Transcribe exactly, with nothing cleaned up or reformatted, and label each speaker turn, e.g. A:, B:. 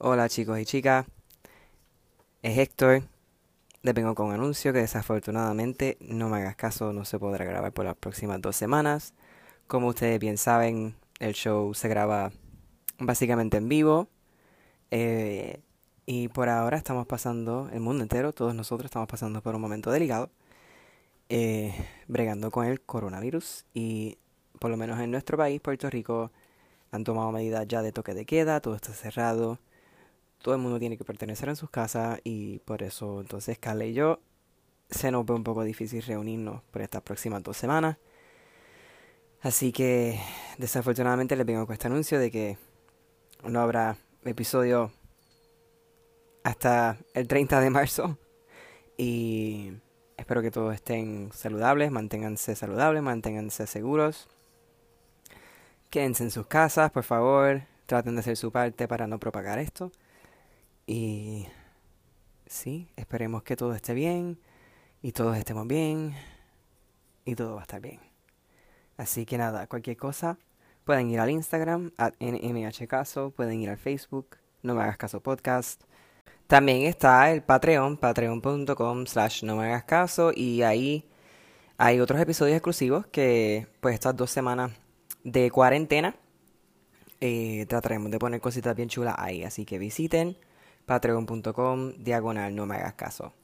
A: Hola chicos y chicas, es Héctor. Les vengo con un anuncio que desafortunadamente no me hagas caso, no se podrá grabar por las próximas dos semanas. Como ustedes bien saben, el show se graba básicamente en vivo. eh, y por ahora estamos pasando, el mundo entero, todos nosotros estamos pasando por un momento delicado, eh, bregando con el coronavirus. Y por lo menos en nuestro país, Puerto Rico, han tomado medidas ya de toque de queda, todo está cerrado. Todo el mundo tiene que pertenecer en sus casas y por eso entonces Carla y yo se nos ve un poco difícil reunirnos por estas próximas dos semanas. Así que desafortunadamente les vengo con este anuncio de que no habrá episodio hasta el treinta de marzo y espero que todos estén saludables, manténganse saludables, manténganse seguros, quédense en sus casas, por favor, traten de hacer su parte para no propagar esto y sí, esperemos que todo esté bien y todos estemos bien y todo va a estar bien. Así que nada, cualquier cosa, pueden ir al Instagram, at nmhcaso, pueden ir al Facebook, no me hagas caso podcast. También está el Patreon, patreon.com slash no me hagas caso, y ahí hay otros episodios exclusivos que pues estas dos semanas de cuarentena eh, trataremos de poner cositas bien chulas ahí. Así que visiten patreon.com diagonal no me hagas caso.